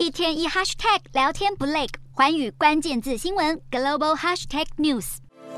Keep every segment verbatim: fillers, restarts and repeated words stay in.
一天一 hashtag 聊天不累，寰宇关键字新闻 global hashtag news。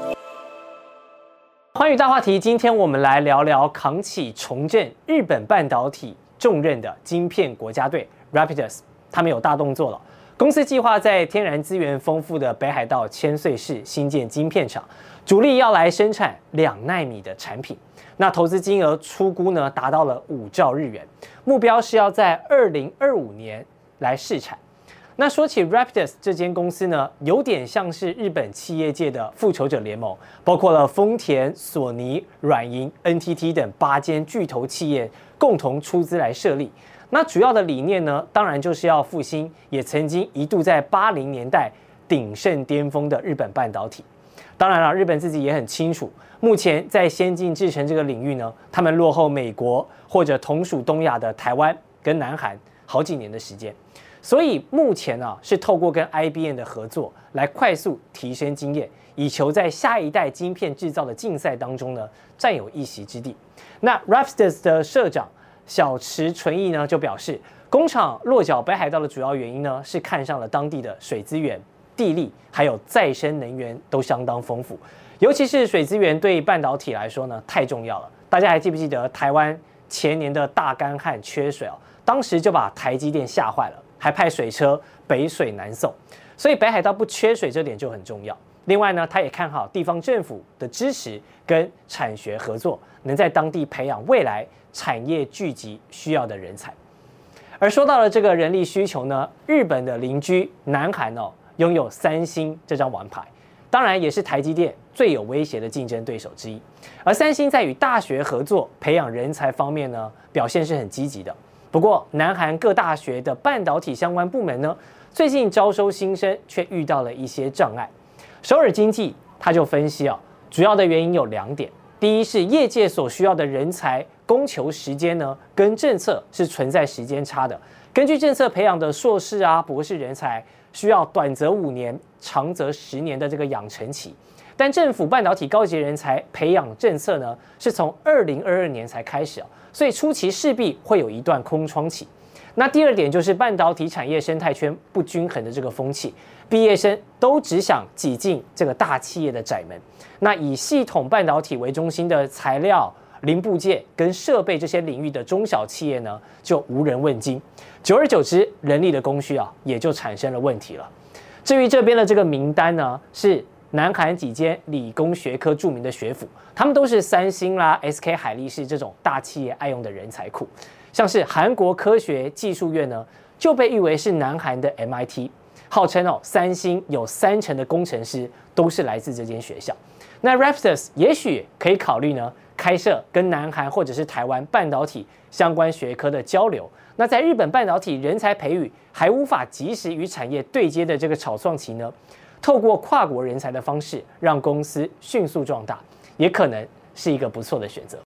寰宇大话题，今天我们来聊聊扛起重振日本半导体重任的晶片国家队 Rapidus， 他们有大动作了。公司计划在天然资源丰富的北海道千岁市新建晶片厂，主力要来生产两奈米的产品。那投资金额初估呢，达到了五兆日元，目标是要在二零二五年来试产。那说起 Rapidus 这间公司呢，有点像是日本企业界的复仇者联盟，包括了丰田、索尼、软银、N T T 等八间巨头企业共同出资来设立。那主要的理念呢，当然就是要复兴也曾经一度在八零年代鼎盛巅峰的日本半导体。当然了，日本自己也很清楚，目前在先进制程这个领域呢，他们落后美国或者同属东亚的台湾跟南韩好几年的时间。所以目前啊，是透过跟 I B M 的合作来快速提升经验，以求在下一代晶片制造的竞赛当中呢，占有一席之地。那 Rapidus 的社长小池纯一呢就表示，工厂落脚北海道的主要原因呢，是看上了当地的水资源、地利还有再生能源都相当丰富，尤其是水资源对半导体来说呢太重要了。大家还记不记得台湾前年的大干旱缺水哦，当时就把台积电吓坏了，还派水车北水南送，所以北海道不缺水这点就很重要。另外呢，他也看好地方政府的支持跟产学合作，能在当地培养未来产业聚集需要的人才。而说到了这个人力需求呢，日本的邻居南韩哦，拥有三星这张王牌，当然也是台积电最有威胁的竞争对手之一。而三星在与大学合作培养人才方面呢，表现是很积极的。不过，南韩各大学的半导体相关部门呢，最近招收新生却遇到了一些障碍。首尔经济他就分析啊，主要的原因有两点。第一是业界所需要的人才供求时间呢，跟政策是存在时间差的。根据政策培养的硕士啊、博士人才，需要短则五年，长则十年的这个养成期。但政府半导体高级人才培养政策呢，是从二零二二年才开始啊，所以初期势必会有一段空窗期。那第二点就是半导体产业生态圈不均衡的这个风气，毕业生都只想挤进这个大企业的窄门。那以系统半导体为中心的材料、零部件跟设备这些领域的中小企业呢，就无人问津。久而久之，人力的供需啊，也就产生了问题了。至于这边的这个名单呢，是南韩几间理工学科著名的学府，他们都是三星啦、S K 海力士这种大企业爱用的人才库。像是韩国科学技术院呢，就被誉为是南韩的 M I T， 号称哦，三星有三成的工程师都是来自这间学校。那 Rapidus 也许可以考虑呢，开设跟南韩或者是台湾半导体相关学科的交流。那在日本半导体人才培育还无法及时与产业对接的这个草创期呢，透过跨国人才的方式，让公司迅速壮大，也可能是一个不错的选择。